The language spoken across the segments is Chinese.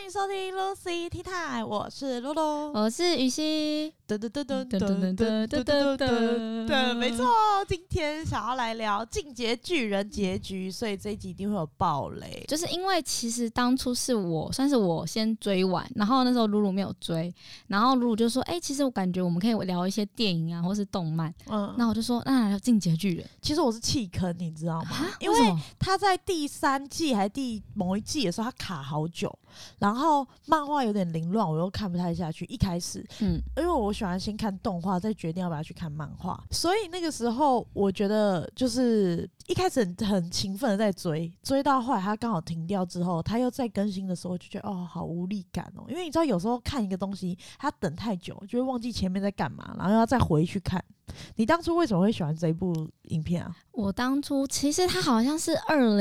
迎收听 Lucy Tea Time， 我是露露， 我是雨熙。 对，没错，今天想要来聊《进阶巨人》结局，所以这一集一定会有爆雷。 就是因为其实当初是算是我先追完，然后那时候露露没有追，然后露露就说：“其实我感觉我们可以聊一些电影啊，或是动漫。”那我就说：“那来聊《进阶巨人》。” 其实我是弃坑，你知道吗？因为他在第3季还第某一季的时候，他卡好久，然后漫画有点凌乱，我又看不太下去。一开始，因为我喜欢先看动画，再决定要不要去看漫画，所以那个时候我觉得就是一开始很勤奋的在追到后来他刚好停掉之后，他又再更新的时候，就觉得好无力感哦。因为你知道有时候看一个东西，他等太久就会忘记前面在干嘛，然后要再回去看。你当初为什么会喜欢这一部影片啊？ 我当初其实他好像是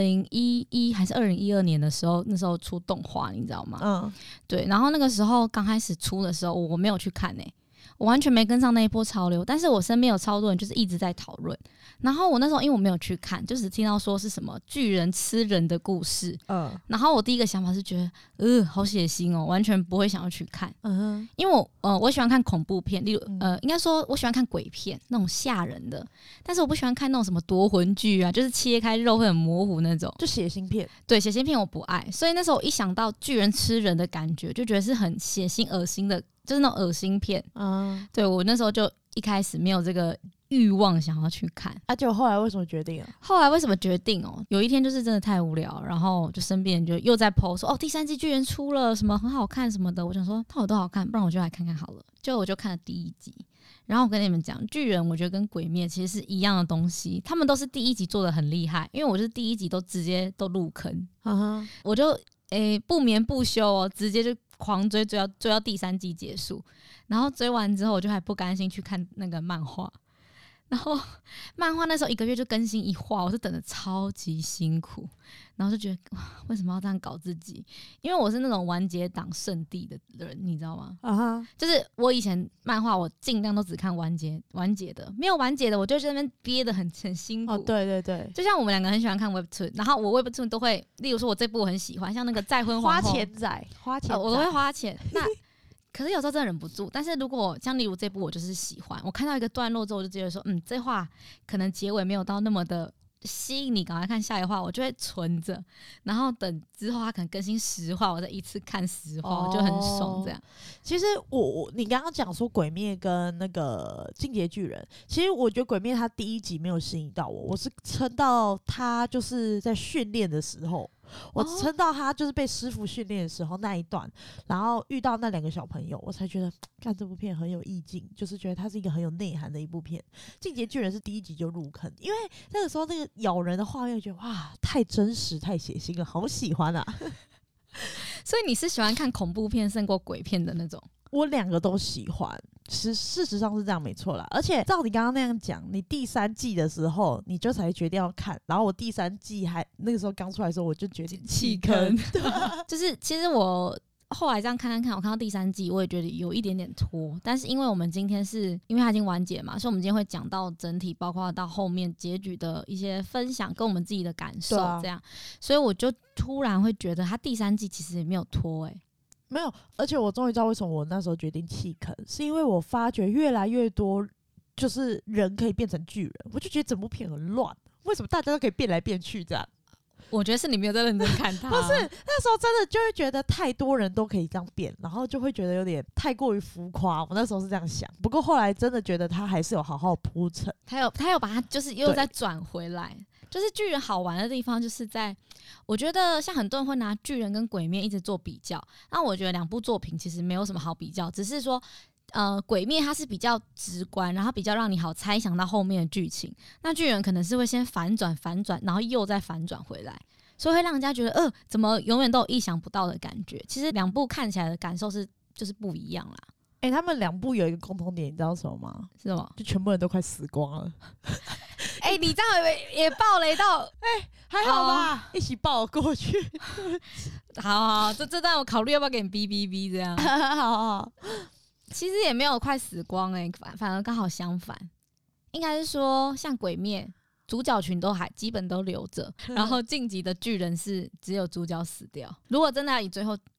2011还是2012年的时候，那时候出动画，你知道吗？对。然后那个时候刚开始出的时候，我没有去看我完全没跟上那一波潮流，但是我身边有超多人就是一直在讨论。然后我那时候因为我没有去看，就只听到说是什么巨人吃人的故事，然后我第一个想法是觉得好血腥哦，完全不会想要去看。因为我喜欢看恐怖片，例如应该说我喜欢看鬼片那种吓人的，但是我不喜欢看那种什么夺魂剧啊，就是切开肉会很模糊那种， 就血腥片。 对，血腥片我不爱，所以那时候我一想到巨人吃人的感觉，就觉得是很血腥恶心的，就是那种恶心片。对，我那时候就一开始没有这个欲望想要去看。 结果后来为什么决定啊？ 后来为什么决定有一天就是真的太无聊，然后就身边人就又在 po 说第3季巨人出了什么很好看什么的，我想说它有多好看，不然我就来看看好了。就我就看了第1集，然后我跟你们讲，巨人我觉得跟鬼灭其实是一样的东西，他们都是第1集做的很厉害，因为我是第1集都直接都入坑，我就不眠不休直接就狂追到第3季结束，然后追完之后我就还不甘心去看那个漫画，然后漫画那时候1个月就更新1话，我是等得超级辛苦，然后就觉得为什么要这样搞自己？因为我是那种完结党圣地的人，你知道吗？就是我以前漫画我尽量都只看完结的，没有完结的我就在那边憋得很辛苦。 对，就像我们2个很喜欢看 Webtoon， 然后我 Webtoon 都会，例如说我这部我很喜欢，像那个再婚皇后， 花钱仔， 我都会花钱。那可是有时候真的忍不住，但是如果像例如这部我就是喜欢，我看到一个段落之后我就觉得说这话可能结尾没有到那么的吸引你赶快看下一话，我就会存着，然后等之后他可能更新10话我再一次看10话，我就很爽这样。 其实你刚刚讲说鬼灭跟那个进阶巨人，其实我觉得鬼灭他第1集没有吸引到我是撑到他就是在训练的时候，我撑到他就是被师傅训练的时候那一段，然后遇到那2个小朋友，我才觉得看这部片很有意境，就是觉得它是一个很有内涵的一部片。进阶巨人是第1集就入坑，因为那个时候那个咬人的画面，觉得哇太真实太血腥了，好喜欢啊。 所以你是喜欢看恐怖片胜过鬼片的那种？ 我2个都喜欢，事实上是这样没错啦。而且照你刚刚那样讲，你第3季的时候你就才决定要看，然后我第3季还那个时候刚出来的时候我就决定弃坑。 就是其实我后来这样看，我看到第3季我也觉得有一点点拖，但是因为我们今天是因为它已经完结嘛，所以我们今天会讲到整体包括到后面结局的一些分享跟我们自己的感受这样，所以我就突然会觉得它第3季其实也没有拖没有，而且我终于知道为什么我那时候决定弃坑，是因为我发觉越来越多就是人可以变成巨人，我就觉得整部片很乱，为什么大家都可以变来变去这样？ 我觉得是你没有在认真看它。 不是，那时候真的就会觉得太多人都可以这样变，然后就会觉得有点太过于浮夸。我那时候是这样想，不过后来真的觉得他还是有好好铺陈， 他有把它就是又再转回来。就是巨人好玩的地方，就是在我觉得像很多人会拿巨人跟鬼灭一直做比较，那我觉得2部作品其实没有什么好比较，只是说鬼灭它是比较直观，然后比较让你好猜想到后面的剧情，那巨人可能是会先反转，然后又再反转回来，所以会让人家觉得怎么永远都有意想不到的感觉。其实2部看起来的感受就是不一样啦。 他们2部有一个共同点，你知道什么吗？ 是什么？ 就全部人都快死光了。 你这样也爆雷到？ 还好吧，一起爆过去。 好，这段我考虑要不要给你哔这样。 好， 其实也没有快死光反而刚好相反，应该是说像鬼灭主角群都还基本都留着，然后晋级的巨人是只有主角死掉。如果真的要以最后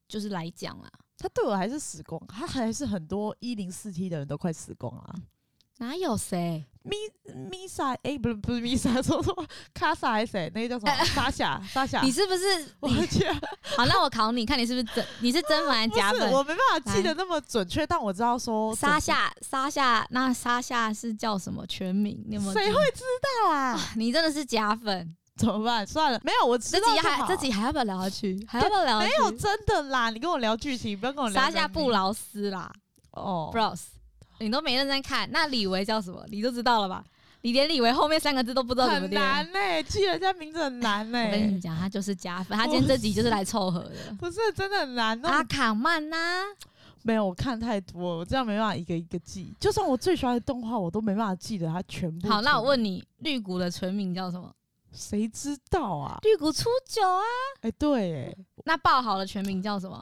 就是来讲啊， 他对我还是死光，他还是很多1047的人都快死光了。 哪有谁 ？Misa 不是 Misa， 说卡萨还是谁？那个叫什么？莎夏， 你是不是？ 我记得。 好，那我考你，看你是不是你是真粉还是假粉？ 我没办法记得那么准确，但我知道说莎夏，那莎夏是叫什么全名？你有没有？ 谁会知道啊？ 你真的是假粉。 怎么办？算了，没有，我知道这集还要不要聊下去？还要不要聊下去？ 没有，真的啦！你跟我聊剧情，不要跟我聊。 莎夏布劳斯啦， 哦 ，Bros， 你都没认真看。那李维叫什么？你都知道了吧？你连李维后面3个字都不知道怎么念， 很难记人家名字很难我跟你们讲，他就是假粉，他今天这集就是来凑合的。 不是真的很难。 阿卡曼呐， 没有，我看太多了，我这样没办法一个一个记。就算我最喜欢的动画，我都没办法记得它全部。 好，那我问你，绿谷的全名叫什么？ 谁知道啊？ 绿谷初九啊！ 对， 那爆豪的全名叫什么？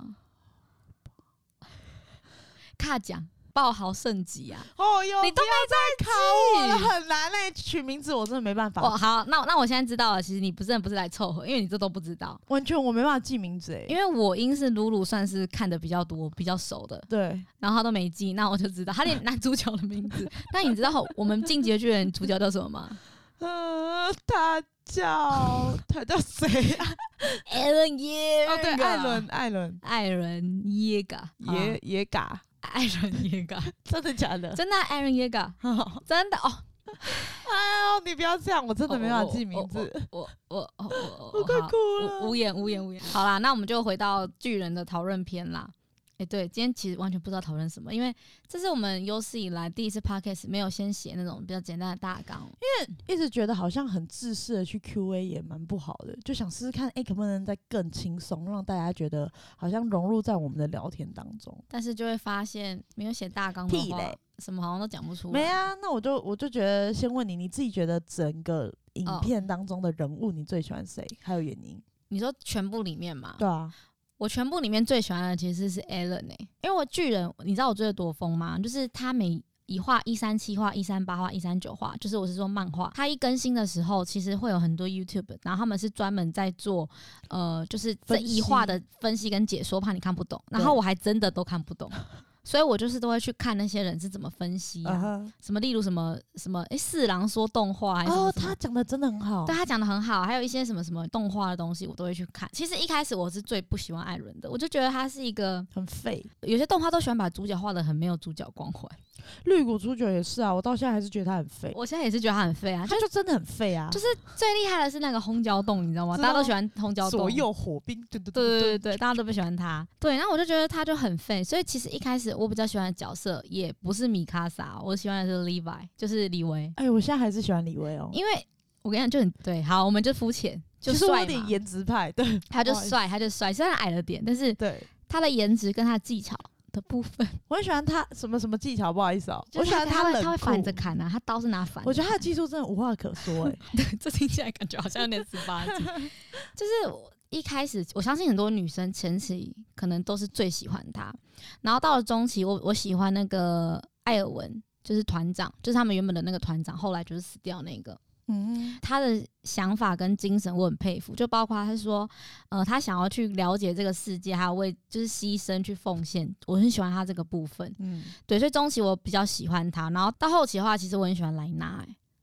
卡奖爆豪盛极啊！ 哦哟， 你都没在考我了，很难取名字，我真的没办法。 哦，好，那我现在知道了，其实你真的不是来凑合，因为你这都不知道， 完全我没办法记名字因为我应是露露算是看的比较多、比较熟的， 对， 然后他都没记，那我就知道他连男主角的名字。但你知道我们进击的巨人主角叫什么吗？ 他叫谁啊？ 艾伦耶， 哦，对，艾伦耶嘎， 耶嘎， 艾伦耶嘎， 真的假的？ 真的艾伦耶嘎，真的哦。 哎呦，你不要这样，我真的没办法记名字。 我快哭了， 无言。好啦，那我们就回到巨人的讨论篇啦。对，今天其实完全不知道讨论什么，因为这是我们有史以来第一次 podcast 没有先写那种比较简单的大纲， 因为一直觉得好像很自私的去 QA 也蛮不好的，就想试试看，可不能再更轻松，让大家觉得好像融入在我们的聊天当中。 但是就会发现没有写大纲的话，什么好像都讲不出来。 没啊，那我就觉得先问你，你自己觉得整个影片当中的人物，你最喜欢谁？还有原因？ 你说全部里面吗？ 对啊。 我全部里面最喜欢的其实是 Alan 因为我巨人，你知道我追的多疯吗？就是他每一画137画、138画、139画，就是我是说漫画。他一更新的时候，其实会有很多 YouTube， 然后他们是专门在做就是这一画的分析跟解说，怕你看不懂。然后我还真的都看不懂。所以我就是都会去看那些人是怎么分析什么例如什么四郎说动画还是什么他讲的真的很好， 对，他讲的很好，还有一些什么动画的东西我都会去看。其实一开始我是最不喜欢艾伦的，我就觉得他是一个很废， 有些动画都喜欢把主角画的很没有主角光环。 绿谷初九也是啊，我到现在还是觉得他很废。 我现在也是觉得他很废啊， 他就真的很废啊。 就是最厉害的是那个轰焦洞，你知道吗？大家都喜欢轰焦洞， 左右火兵， 对，大家都不喜欢他。对，然后我就觉得他就很废，所以其实一开始我比较喜欢的角色也不是米卡萨，我喜欢的是 Levi， 就是李维。 我现在还是喜欢李维哦， 因为我跟你讲就很对。好，我们就肤浅，就帅嘛， 我有点颜值派，对， 他就帅，虽然矮了点，但是对他的颜值跟他的技巧的部分， 我很喜欢他什么技巧，不好意思我喜欢他会反着砍啊，他刀是拿反的。 我觉得他的技术真的无话可说对，这听起来感觉好像有点18禁。就是一开始我相信很多女生前期可能都是最喜欢他，然后到了中期我喜欢那个艾尔文，就是团长，就是他们原本的那个团长，后来就是死掉那个。他的想法跟精神我很佩服，就包括他说他想要去了解这个世界，还有为就是牺牲去奉献，我很喜欢他这个部分。对，所以中期我比较喜欢他，然后到后期的话其实我很喜欢莱纳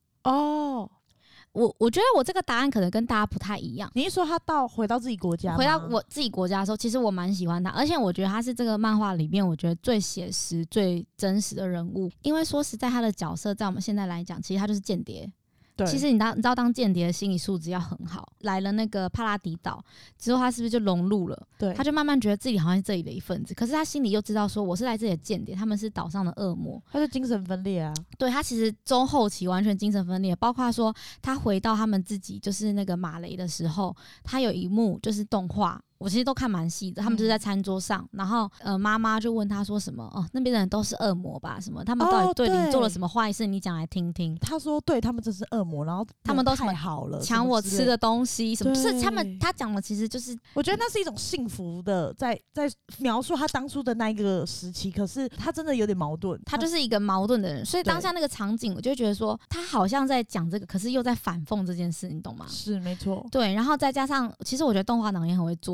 我觉得我这个答案可能跟大家不太一样。 你是说他回到自己国家吗？ 回到我自己国家的时候，其实我蛮喜欢他，而且我觉得他是这个漫画里面我觉得最写实最真实的人物。因为说实在他的角色在我们现在来讲，其实他就是间谍。其实你知道当间谍的心理素质要很好。来了那个帕拉迪岛之后，他是不是就融入了？对，他就慢慢觉得自己好像是这里的一份子，可是他心里又知道说我是来这里的间谍，他们是岛上的恶魔， 他就精神分裂啊。对， 他其实中后期完全精神分裂，包括说他回到他们自己就是那个马雷的时候，他有一幕就是动画。我其实都看蛮细的，他们就是在餐桌上，然后妈妈就问他说什么那边的人都是恶魔吧？什么他们到底对你做了什么坏事？你讲来听听。 他说对他们真是恶魔，然后他们都太好了， 抢我吃的东西什么，就是他讲的其实就是我觉得那是一种幸福的，在描述他当初的那一个时期，可是他真的有点矛盾， 他就是一个矛盾的人，所以当下那个场景我就觉得说他好像在讲这个，可是又在反讽这件事，你懂吗？ 是没错。 对，然后再加上其实我觉得动画党也很会做，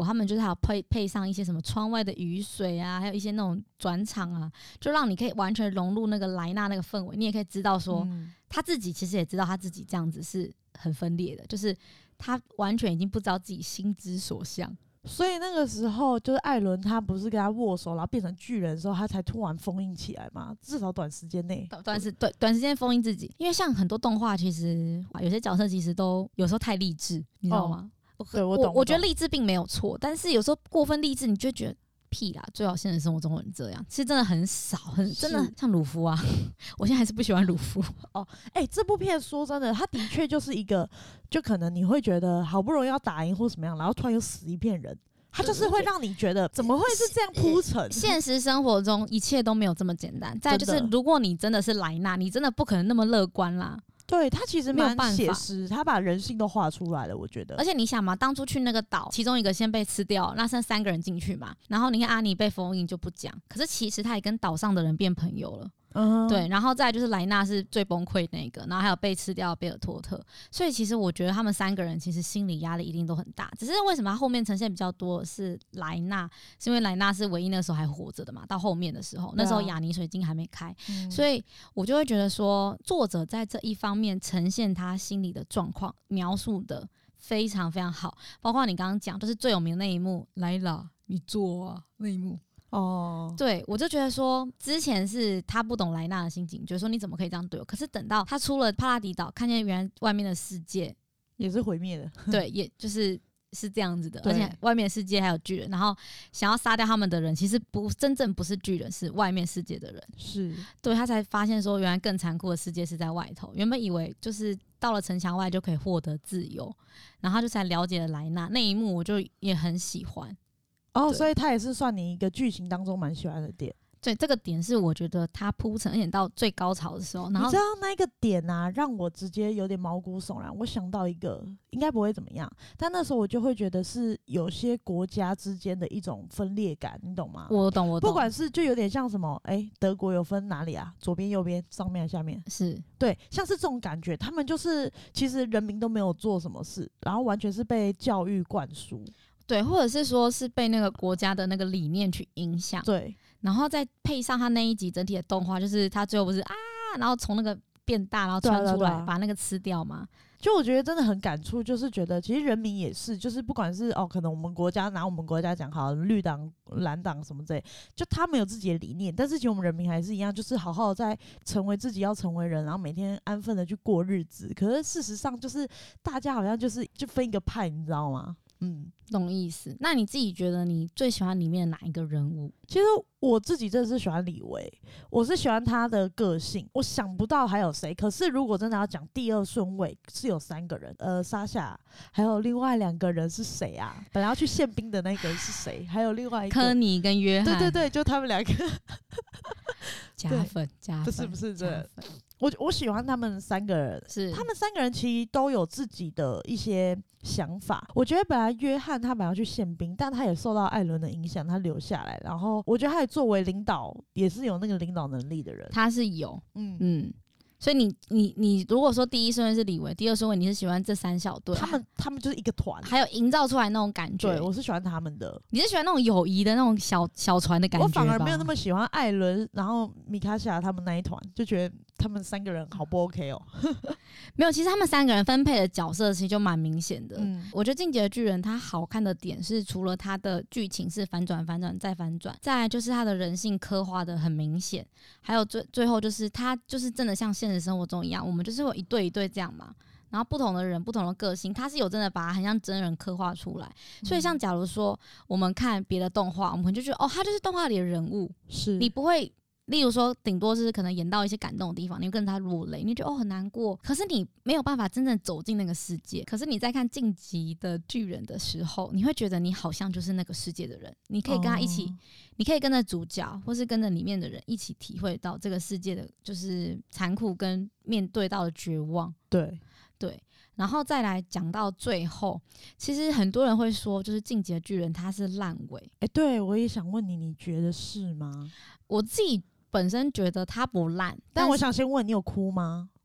他们就是还有配上一些什么窗外的雨水啊，还有一些那种转场啊，就让你可以完全融入那个莱纳那个氛围。你也可以知道说，他自己其实也知道他自己这样子是很分裂的，就是他完全已经不知道自己心之所向。 所以那个时候就是艾伦他不是跟他握手，然后变成巨人的时候，他才突然封印起来嘛？至少短时间内， 短时间封印自己。因为像很多动画，其实有些角色其实都有时候太励志，你知道吗？ 对，我懂。 我觉得励志并没有错，但是有时候过分励志，你就觉得屁啦，最好现实生活中有人这样，其实真的很少，真的像鲁夫啊，我现在还是不喜欢鲁夫。 这部片说真的，它的确就是一个，就可能你会觉得好不容易要打赢或什么样，然后突然又死一片人，它就是会让你觉得怎么会是这样铺陈？ 现实生活中一切都没有这么简单。再就是，如果你真的是莱纳，你真的不可能那么乐观啦。 对，他其实蛮写实，他把人性都画出来了，我觉得。 而且你想嘛，当初去那个岛，其中一个先被吃掉，那剩3个人进去嘛。然后你看阿尼被封印就不讲，可是其实他也跟岛上的人变朋友了。对，然后再来就是莱纳是最崩溃那个，然后还有被吃掉的贝尔托特，所以其实我觉得他们3个人其实心理压力一定都很大。只是为什么他后面呈现比较多的是莱纳，是因为莱纳是唯一那时候还活着的嘛，到后面的时候，那时候亚尼水晶还没开，所以我就会觉得说，作者在这一方面呈现他心理的状况描述的非常非常好，包括你刚刚讲就是最有名的那一幕，莱拉你做啊那一幕。对，我就觉得说，之前是他不懂莱纳的心情，觉得说你怎么可以这样对我？可是等到他出了帕拉迪岛，看见原来外面的世界也是毁灭的， 对，也就是这样子的，而且外面的世界还有巨人，然后想要杀掉他们的人，其实真正不是巨人，是外面世界的人。 是， 对，他才发现说，原来更残酷的世界是在外头。原本以为就是到了城墙外就可以获得自由，然后他就才了解了莱纳那一幕，我就也很喜欢。 所以他也是算你一个剧情当中蛮喜欢的点。 对，这个点是我觉得他铺陈，而且到最高潮的时候，然后你知道那个点啊，让我直接有点毛骨悚然。我想到一个，应该不会怎么样，但那时候我就会觉得是有些国家之间的一种分裂感，你懂吗？ 我懂。 不管是就有点像什么，德国有分哪里啊？左边、右边、上面、下面， 是对，像是这种感觉，他们就是其实人民都没有做什么事，然后完全是被教育灌输。 对，或者是说是被那个国家的那个理念去影响， 对， 然后再配上他那一集整体的动画，就是他最后不是啊，然后从那个变大，然后穿出来，把那个吃掉嘛。 就我觉得真的很感触，就是觉得其实人民也是，就是不管是可能我们国家拿我们国家讲好，绿党、蓝党什么之类，就他们有自己的理念，但是其实我们人民还是一样，就是好好在成为自己要成为人，然后每天安分的去过日子。可是事实上就是大家好像就分一个派，你知道吗？ 懂意思。那你自己觉得你最喜欢里面的哪一个人物？ 其实我自己真的是喜欢李维，我是喜欢他的个性，我想不到还有谁。可是如果真的要讲第2顺位，是有3个人，莎夏，还有另外2个人是谁啊？本来要去宪兵的那个人是谁？还有另外一个科尼跟约翰。 对，就他们2个。 加分， 不是这。我喜欢他们3个人， 是他们3个人其实都有自己的一些想法。我觉得本来约翰他本来要去宪兵，但他也受到艾伦的影响，他留下来。然后我觉得他也作为领导，也是有那个领导能力的人。 他是有，所以你如果说第1顺位是李维，第2顺位你是喜欢这3小队， 他们就是一个团， 还有营造出来那种感觉。 对，我是喜欢他们的。 你是喜欢那种友谊的那种小船的感觉吧？ 我反而没有那么喜欢艾伦，然后米卡夏他们那一团，就觉得他们3个人好不 OK 哦。 没有，其实他们3个人分配的角色其实就蛮明显的。我觉得《进击的巨人》它好看的点是，除了它的剧情是反转、反转再反转，再来就是它的人性刻画的很明显，还有最后就是它就是真的像现实生活中一样，我们就是会一对一对这样嘛。然后不同的人、不同的个性，他是有真的把它很像真人刻画出来。所以像假如说我们看别的动画，我们就觉得他就是动画里的人物， 是你不会。例如说顶多是可能演到一些感动的地方，你会跟他落泪，你觉得很难过，可是你没有办法真正走进那个世界。可是你在看晋级的巨人的时候，你会觉得你好像就是那个世界的人，你可以跟他一起，你可以跟着主角或是跟着里面的人一起体会到这个世界的就是残酷跟面对到的绝望。对，然后再来讲到最后，其实很多人会说就是晋级的巨人他是烂尾。 对，我也想问你，你觉得是吗？ 我自己本身觉得他不烂， 但我想先问你，有哭吗？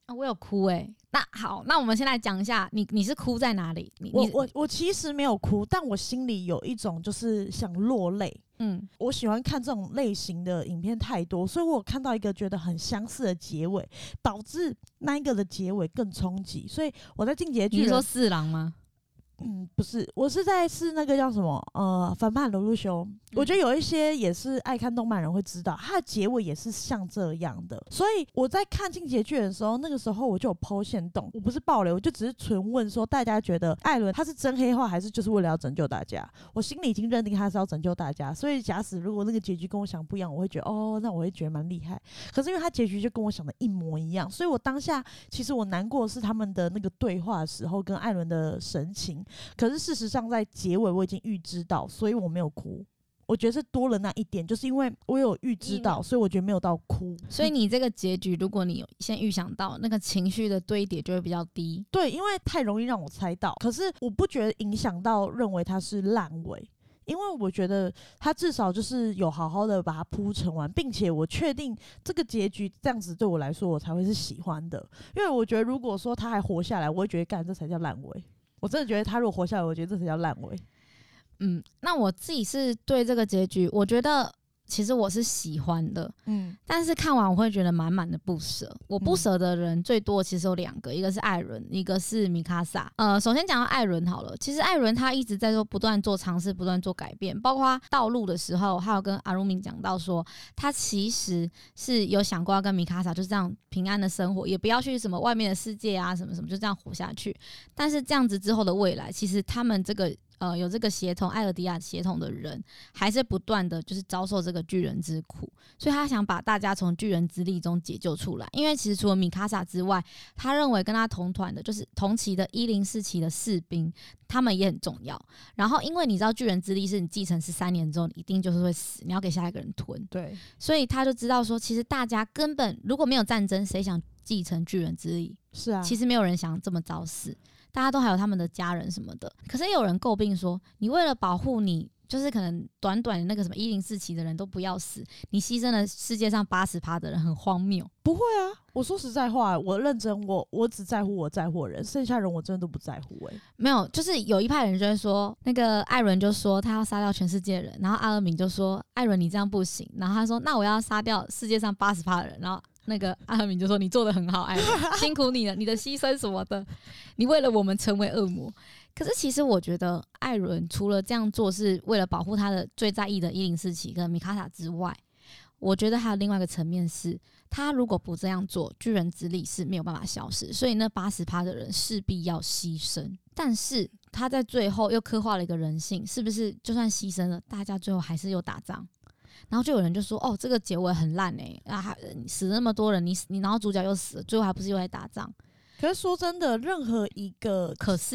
我有哭那好，那我们先来讲一下，你是哭在哪里？ 我其实没有哭，但我心里有一种就是想落泪。我喜欢看这种类型的影片太多，所以我有看到一个觉得很相似的结尾，导致那一个的结尾更冲击。所以我在进阶巨人， 你说四郎吗？ 不是，我是那个叫什么反叛鲁路修。我觉得有一些也是爱看动漫人会知道，它的结尾也是像这样的。所以我在看进阶巨人的时候，那个时候我就有 po 限动，我不是爆雷，我就只是纯问说大家觉得艾伦他是真黑化还是就是为了要拯救大家？我心里已经认定他是要拯救大家，所以假使如果那个结局跟我想不一样，我会觉得那我会觉得蛮厉害。可是因为他结局就跟我想的一模一样，所以我当下其实我难过的是他们的那个对话的时候跟艾伦的神情。可是事实上在结尾我已经预知到，所以我没有哭。我觉得是多了那一点，就是因为我有预知到，所以我觉得没有到哭。 所以你这个结局，如果你有先预想到，那个情绪的堆叠就会比较低。 对，因为太容易让我猜到。可是我不觉得影响到认为它是烂尾，因为我觉得他至少就是有好好的把它铺陈完，并且我确定这个结局这样子对我来说我才会是喜欢的。因为我觉得如果说他还活下来，我会觉得干这才叫烂尾。我真的觉得他如果活下来，我觉得这才叫烂尾。 那我自己是对这个结局，我觉得其实我是喜欢的，但是看完我会觉得满满的不舍。我不舍的人最多其实有2个，一个是艾伦，一个是米卡萨。首先讲到艾伦好了，其实艾伦他一直在说不断做尝试，不断做改变，包括道路的时候，还有跟阿鲁敏讲到说，他其实是有想过要跟米卡萨就这样平安的生活，也不要去什么外面的世界啊，什么什么，就这样活下去。但是这样子之后的未来，其实他们这个有这个血统艾尔迪亚血统的人，还是不断的就是遭受这个巨人之苦，所以他想把大家从巨人之力中解救出来。因为其实除了米卡萨之外，他认为跟他同团的就是同期的104期的士兵，他们也很重要。然后因为你知道巨人之力是你继承13年之后，你一定就是会死，你要给下一个人吞。 对， 所以他就知道说，其实大家根本如果没有战争，谁想继承巨人之力？ 是啊， 其实没有人想这么早死。大家都还有他们的家人什么的，可是也有人诟病说，你为了保护你，就是可能短短的那个什么104期的人都不要死，你牺牲了世界上80%的人，很荒谬。 不会啊，我说实在话，我认真，我只在乎我在乎的人，剩下人我真的都不在乎。 没有，就是有一派人就会说，那个艾伦就说他要杀掉全世界的人，然后阿尔敏就说艾伦你这样不行，然后他说那我要杀掉世界上80%的人，然后那个阿尔敏就说你做得很好，艾伦辛苦你了，你的牺牲什么的，你为了我们成为恶魔。可是其实我觉得艾伦除了这样做是为了保护他的最在意的104期跟米卡萨之外，我觉得还有另外一个层面是，他如果不这样做，巨人之力是没有办法消失，所以那80%的人势必要牺牲。但是他在最后又刻画了一个人性，是不是就算牺牲了，大家最后还是有打仗？然后就有人就说，这个结尾很烂死了那么多人，你然后主角又死了，最后还不是又在打仗？ 可是说真的，任何一个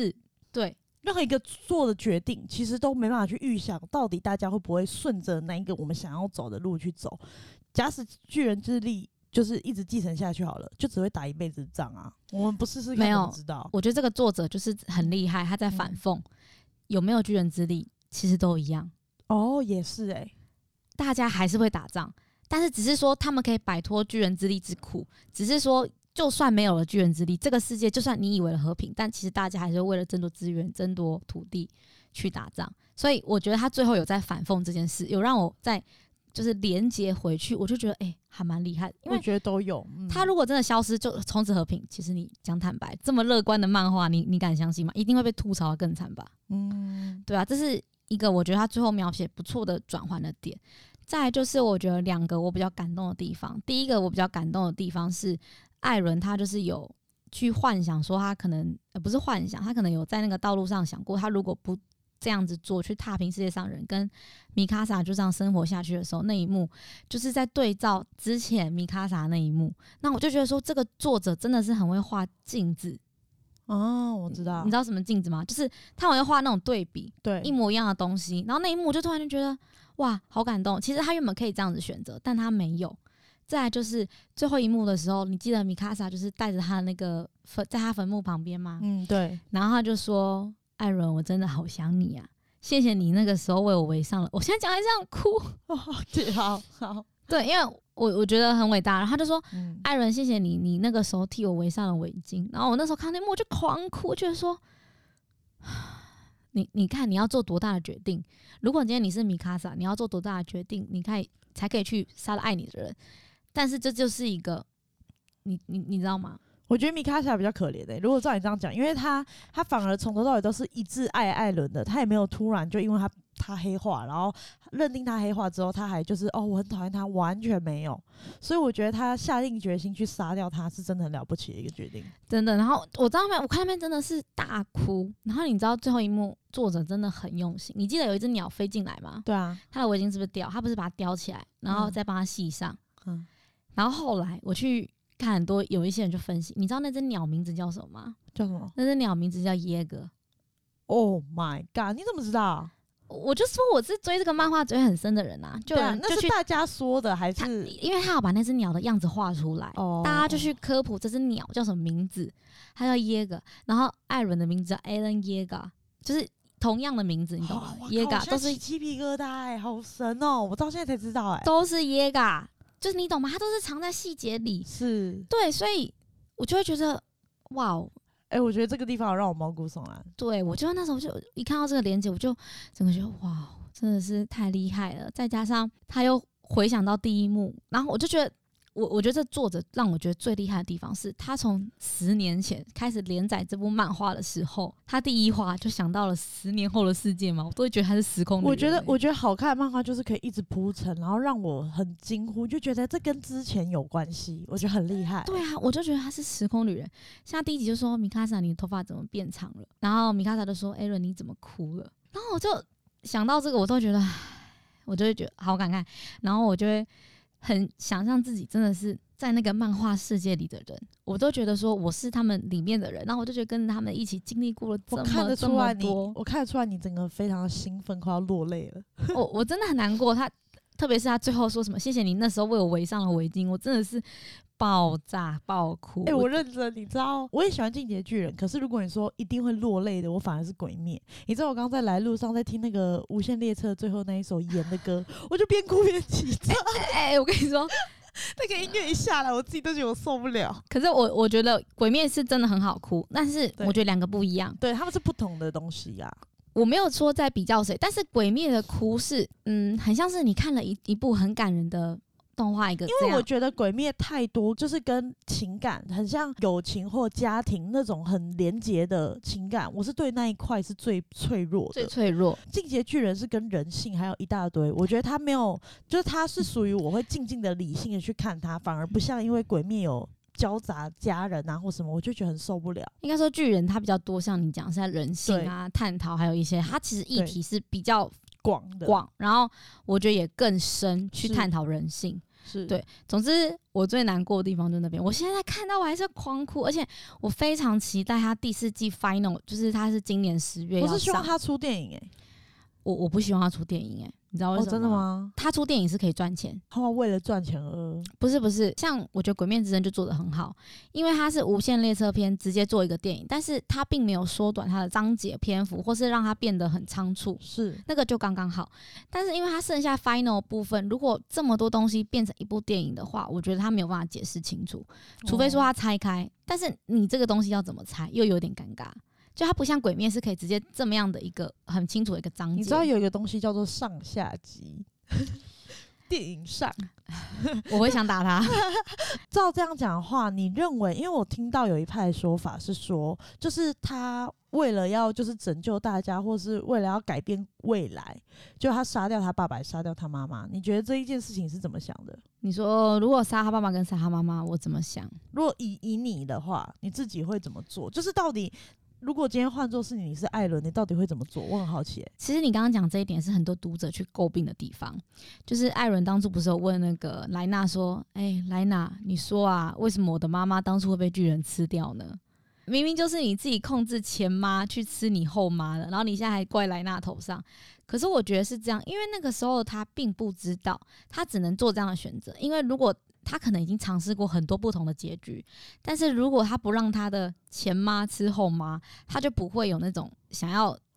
做的决定，其实都没办法去预想到底大家会不会顺着那一个我们想要走的路去走。假使巨人之力就是一直继承下去好了，就只会打一辈子仗啊！我们不试试看怎么知道？ 我觉得这个作者就是很厉害，他在反讽，有没有巨人之力其实都一样。 也是大家还是会打仗，但是只是说他们可以摆脱巨人之力之苦，只是说就算没有了巨人之力，这个世界就算你以为了和平，但其实大家还是会为了争夺资源、争夺土地去打仗。所以我觉得他最后有在反讽这件事，有让我在就是连接回去，我就觉得还蛮厉害。因为我觉得都有， 他如果真的消失就从此和平，其实你讲坦白，这么乐观的漫画，你敢相信吗？一定会被吐槽得更惨吧？对啊，这是一个我觉得他最后描写不错的转换的点。再来就是我觉得2个我比较感动的地方。第一个我比较感动的地方是艾伦他就是有去幻想说他可能不是幻想，他可能有在那个道路上想过，他如果不这样子做，去踏平世界上人跟米卡萨就这样生活下去的时候，那一幕就是在对照之前米卡萨那一幕。那我就觉得说这个作者真的是很会画镜子。 我知道， 你知道什么镜子吗？就是他很会画那种对比， 对， 一模一样的东西，然后那一幕我就突然就觉得哇好感动。其实他原本可以这样子选择，但他没有。再来就是最后一幕的时候，你记得米卡萨就是带着他的那个在他坟墓旁边吗？ 对。 然后他就说艾伦我真的好想你啊，谢谢你那个时候为我围上了，我现在讲还这样哭对，好对，因为我觉得很伟大，然后他就说：“艾伦，谢谢你，你那个时候替我围上了围巾。”然后我那时候看那幕我就狂哭，我觉得说，你看你要做多大的决定？如果今天你是米卡萨，你要做多大的决定，你才可以去杀了爱你的人？但是这就是一个，你知道吗？ 我觉得米卡莎比较可怜如果照你这样讲，因为他反而从头到尾都是一致爱艾伦的，他也没有突然就因为他黑化，然后认定他黑化之后，他还就是我很讨厌他，完全没有。所以我觉得他下定决心去杀掉他是真的很了不起的一个决定， 真的。然后我看那边真的是大哭。然后你知道最后一幕作者真的很用心，你记得有一只鸟飞进来吗？ 对啊， 他的围巾是不是掉？他不是把它叼起来，然后再帮他系上。然后后来我去看很多，有一些人就分析，你知道那只鸟名字叫什么吗？ 叫什么？ 那只鸟名字叫耶格。 Oh my god！ 你怎么知道？ 我就说我是追这个漫画追很深的人啊，就那是大家说的还是？ 因为他有把那只鸟的样子画出来，大家就去科普这只鸟叫什么名字，它叫耶格。然后艾伦的名字叫 Alan Yeager， 就是同样的名字，你懂吗？耶格都是鸡皮疙瘩好神哦！我到现在才知道都是耶格，就是你懂吗？它都是藏在细节里， 是对，所以我就会觉得哇哦。 我觉得这个地方让我毛骨悚然。 对，我就那时候就一看到这个连结，我就整个觉得哇，真的是太厉害了。再加上他又回想到第一幕，然后我就觉得，我觉得这作者让我觉得最厉害的地方是，他从10年前开始连载这部漫画的时候，他第一话就想到了10年后的世界嘛，我都会觉得他是时空旅人。 我觉得好看的漫画就是可以一直铺陈，然后让我很惊呼，就觉得这跟之前有关系，我觉得很厉害。 对啊，我就觉得他是时空旅人。像第一集就说米卡莎，你的头发怎么变长了？然后米卡莎就说艾伦你怎么哭了？然后我就想到这个，我都觉得，我就会觉得好感慨，然后我就会很想象自己真的是在那个漫画世界里的人，我都觉得说我是他们里面的人，然后我就觉得跟着他们一起经历过了这么多。 我看得出来你整个非常兴奋，快要落泪了。 我真的很难过，特别是他最后说什么谢谢你那时候为我围上了围巾，我真的是爆炸爆哭。 我认真，你知道我也喜欢进击的巨人，可是如果你说一定会落泪的，我反而是鬼灭。你知道我刚刚在来路上在听那个无限列车最后那一首演的歌，我就边哭边起唱。 我跟你说那个音乐一下来，我自己都觉得我受不了。 可是我觉得鬼灭是真的很好哭，但是我觉得两个不一样， 对，他们是不同的东西呀。 我没有说在比较谁，但是鬼灭的哭是很像是你看了一部很感人的动画，一个这样。 因为我觉得鬼灭太多就是跟情感很像友情或家庭那种很连结的情感，我是对那一块是最脆弱的。 最脆弱。 进击的巨人是跟人性还有一大堆，我觉得他没有，就是他是属于我会静静的理性的去看他，反而不像因为鬼灭有交杂家人啊或什么，我就觉得很受不了。 应该说巨人他比较多，像你讲是在人性啊探讨，还有一些他其实议题是比较广，然后我觉得也更深去探讨人性。 是对，总之我最难过的地方就那边。我现在看到我还是狂哭，而且我非常期待他第4季 final， 就是他是今年10月要上。 我是希望他出电影我不希望他出电影你知道为什么吗？ 真的吗？ 他出电影是可以赚钱， 他为了赚钱而不是，像我觉得《鬼灭之刃》就做得很好，因为他是无限列车篇直接做一个电影，但是他并没有缩短他的章节篇幅，或是让他变得很仓促， 是那个就刚刚好。但是因为他剩下 final 部分，如果这么多东西变成一部电影的话，我觉得他没有办法解释清楚，除非说他拆开，但是你这个东西要怎么拆，又有点尴尬。就它不像鬼灭是可以直接这么样的一个很清楚的一个章节。 你知道有一个东西叫做上下集，电影上， 我会想打他。 照这样讲的话，你认为？因为我听到有一派的说法是说，就是他为了要就是拯救大家，或是为了要改变未来，就他杀掉他爸爸，杀掉他妈妈。你觉得这一件事情是怎么想的？ 你说如果杀他爸爸跟杀他妈妈，我怎么想？ 如果以你的话，你自己会怎么做？就是到底。如果今天换作是你是艾伦，你到底会怎么做？我很好奇其实你刚刚讲这一点是很多读者去诟病的地方，就是艾伦当初不是有问那个莱纳说：“莱纳，你说啊，为什么我的妈妈当初会被巨人吃掉呢？明明就是你自己控制前妈去吃你后妈的，然后你现在还怪莱纳头上。可是我觉得是这样，因为那个时候他并不知道，他只能做这样的选择，因为如果他可能已经尝试过很多不同的结局，但是如果他不让他的前妈吃后妈，他就不会有那种想要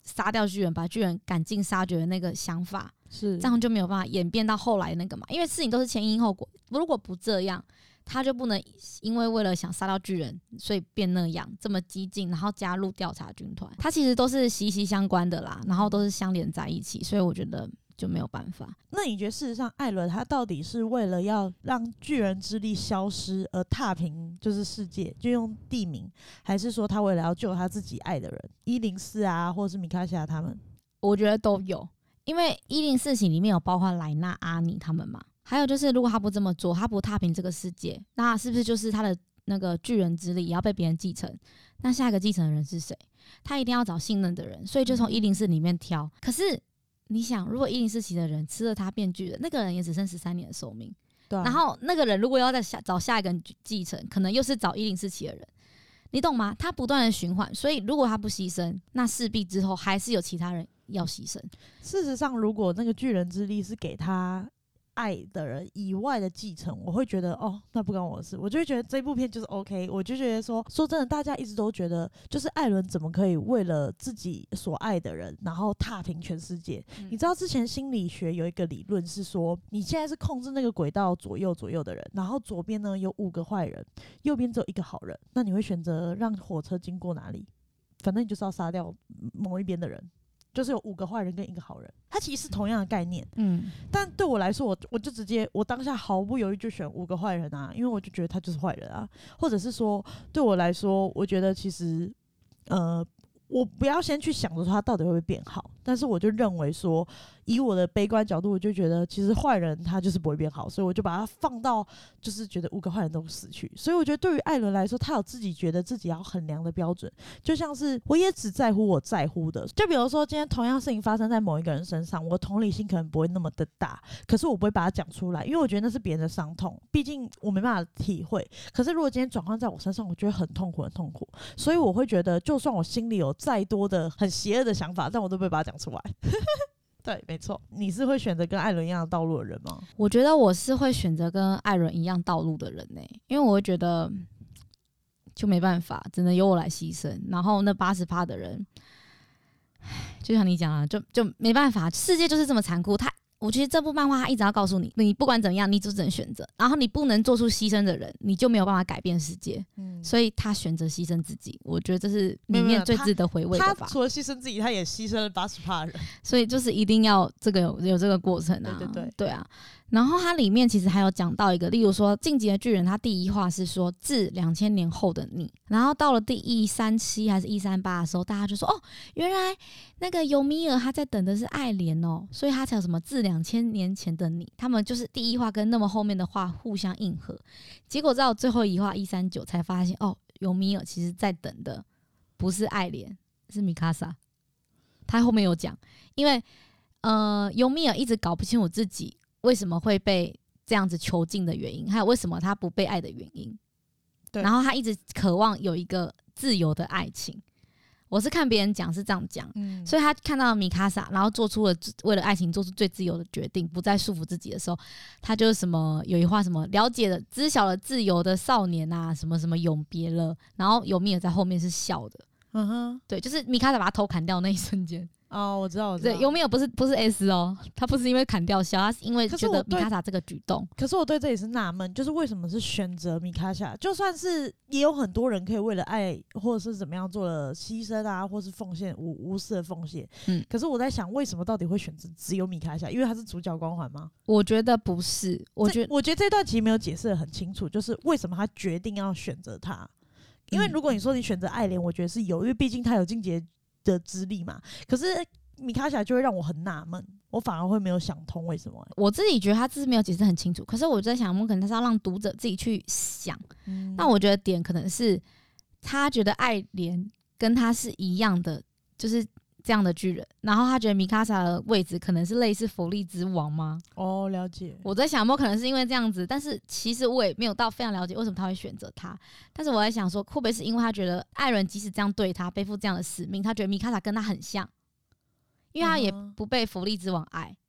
杀掉巨人，把巨人赶尽杀绝的那个想法， 是这样就没有办法演变到后来那个嘛，因为事情都是前因后果，如果不这样，他就不能因为了想杀掉巨人，所以变那样这么激进，然后加入调查军团，他其实都是息息相关的啦，然后都是相连在一起，所以我觉得就没有办法。 那你觉得事实上艾伦他到底是为了要让巨人之力消失而踏平就是世界，就用地名，还是说他为了要救他自己爱的人104啊，或者是米卡夏他们？ 我觉得都有，因为104起里面有包括莱纳、阿尼他们嘛，还有就是如果他不这么做，他不踏平这个世界，那是不是就是他的那个巨人之力也要被别人继承？那下一个继承的人是谁？他一定要找信任的人，所以就从104里面挑。可是你想，如果104期的人吃了他变巨人，那个人也只剩13年的寿命， 对啊， 然后那个人如果要再找下一个人继承，可能又是找104期的人，你懂吗？他不断的循环，所以如果他不牺牲，那势必之后还是有其他人要牺牲。 事实上，如果那个巨人之力是给他爱的人以外的继承，我会觉得哦，那不关我的事，我就会觉得这部片就是 OK。我就觉得说真的，大家一直都觉得，就是艾伦怎么可以为了自己所爱的人，然后踏平全世界？你知道之前心理学有一个理论是说，你现在是控制那个轨道左右的人，然后左边呢有5个坏人，右边只有1个好人，那你会选择让火车经过哪里？反正你就是要杀掉某一边的人。就是有5个坏人跟1个好人，它其实是同样的概念。但对我来说，我就直接我当下毫不犹豫就选5个坏人啊，因为我就觉得他就是坏人啊。或者是说，对我来说，我觉得其实我不要先去想着说他到底会不会变好，但是我就认为说，以我的悲观角度，我就觉得其实坏人他就是不会变好，所以我就把他放到就是觉得5个坏人都死去。所以我觉得对于艾伦来说，他有自己觉得自己要衡量的标准，就像是我也只在乎我在乎的。就比如说今天同样事情发生在某一个人身上，我同理心可能不会那么的大，可是我不会把它讲出来，因为我觉得那是别人的伤痛，毕竟我没办法体会。可是如果今天转换在我身上，我觉得很痛苦很痛苦，所以我会觉得就算我心里有再多的很邪恶的想法，但我都不会把它讲出来。对，没错。你是会选择跟艾伦一样的道路的人吗？ 我觉得我是会选择跟艾伦一样道路的人欸，因为我会觉得就没办法，只能由我来牺牲。然后那80%的人，就像你讲啊，就没办法，世界就是这么残酷。我觉得这部漫画它一直要告诉你，你不管怎样，你就只能选择，然后你不能做出牺牲的人，你就没有办法改变世界。所以他选择牺牲自己，我觉得这是里面最值得回味的吧。 他除了牺牲自己，他也牺牲了80%的人， 所以就是一定要这个有这个过程啊。对啊。然后它里面其实还有讲到一个，例如说《进击的巨人》，它第1话是说致2000年后的你，然后到了第137还是138的时候，大家就说哦，原来那个尤米尔他在等的是爱莲哦，所以他才有什么致2000年前的你，他们就是第1话跟那么后面的话互相应和，结果到最后1话139才发现哦，尤米尔其实在等的不是爱莲，是米卡莎。他后面有讲，因为尤米尔一直搞不清楚自己为什么会被这样子囚禁的原因，还有为什么他不被爱的原因。对，然后他一直渴望有一个自由的爱情。我是看别人讲是这样讲，所以他看到米卡莎，然后做出了为了爱情做出最自由的决定，不再束缚自己的时候，他就是什么有一话什么了解了知晓了自由的少年啊，什么什么永别了，然后尤米尔在后面是笑的。对，就是米卡莎把他头砍掉那一瞬间。哦，我知道。对，尤米尔不是 S 哦，他不是因为砍掉笑，他是因为觉得米卡莎这个举动。可是我对这也是纳闷，就是为什么是选择米卡莎？就算是也有很多人可以为了爱或者是怎么样做了牺牲啊，或是奉献无私的奉献。可是我在想，为什么到底会选择只有米卡莎？因为他是主角光环吗？我觉得不是，我觉得这段其实没有解释得很清楚，就是为什么他决定要选择他。因为如果你说你选择爱莲，我觉得是有，因为毕竟他有进阶的资历嘛。可是米卡莎就会让我很纳闷，我反而会没有想通为什么。我自己觉得他这是没有解释很清楚，可是我在想，我们可能是要让读者自己去想。那我觉得点可能是他觉得爱莲跟他是一样的，就是这样的巨人，然后他觉得米卡莎的位置可能是类似佛利之王吗？哦，了解。我在想有没有可能是因为这样子，但是其实我也没有到非常了解为什么他会选择他。但是我在想说，会不会是因为他觉得艾伦即使这样对他，背负这样的使命，他觉得米卡莎跟他很像，因为他也不被佛利之王爱，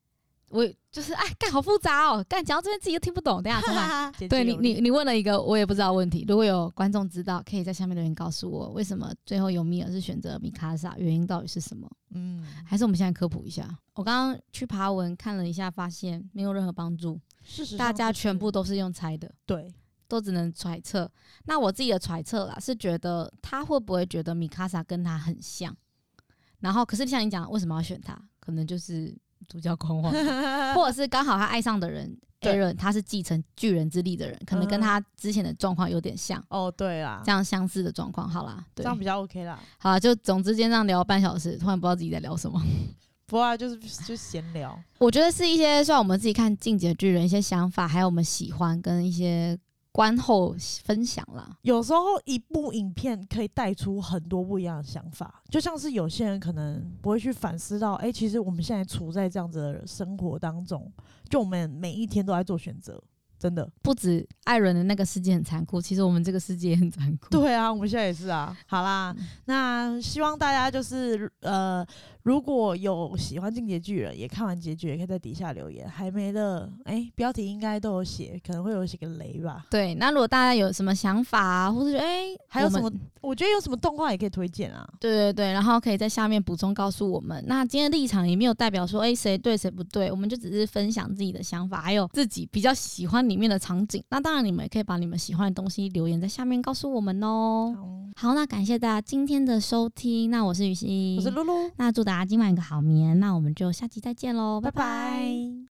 我就是干好复杂哦，干讲到这边自己又听不懂，等一下重来。对你问了一个我也不知道的问题，如果有观众知道，可以在下面留言告诉我，为什么最后尤米尔是选择米卡萨，原因到底是什么？还是我们现在科普一下？我刚刚去爬文看了一下，发现没有任何帮助，大家全部都是用猜的， 对， 都只能揣测。那我自己的揣测啦，是觉得他会不会觉得米卡萨跟他很像，然后可是像你讲，为什么要选他？可能就是主角光环，或者是刚好他爱上的人 Eren 他是继承巨人之力的人，可能跟他之前的状况有点像。 对啦， 这样相似的状况，好啦，对， 这样比较 OK 啦。 好啦，就总之今天这样聊半小时，突然不知道自己在聊什么。 不啊，就闲聊。 我觉得是一些像我们自己看《进击的巨人》一些想法，还有我们喜欢跟一些观后分享啦。 有时候一部影片可以带出很多不一样的想法，就像是有些人可能不会去反思到，其实我们现在处在这样子的生活当中，就我们每一天都在做选择。真的不止艾伦的那个世界很残酷，其实我们这个世界也很残酷。 对啊，我们现在也是啊。好啦，那希望大家就是如果有喜欢进击的巨人，也看完结局，也可以在底下留言。还没的，标题应该都有写，可能会有写个雷吧。 对，那如果大家有什么想法啊，或者觉得还有什么，我觉得有什么动画也可以推荐啊。 对对对，然后可以在下面补充告诉我们。那今天的立场也没有代表说谁对谁不对，我们就只是分享自己的想法，还有自己比较喜欢里面的场景。那当然你们也可以把你们喜欢的东西留言在下面告诉我们哦。好，那感谢大家今天的收听。那我是雨欣， 我是露露。 那祝大家今晚有个好眠。那我们就下期再见喽，拜拜。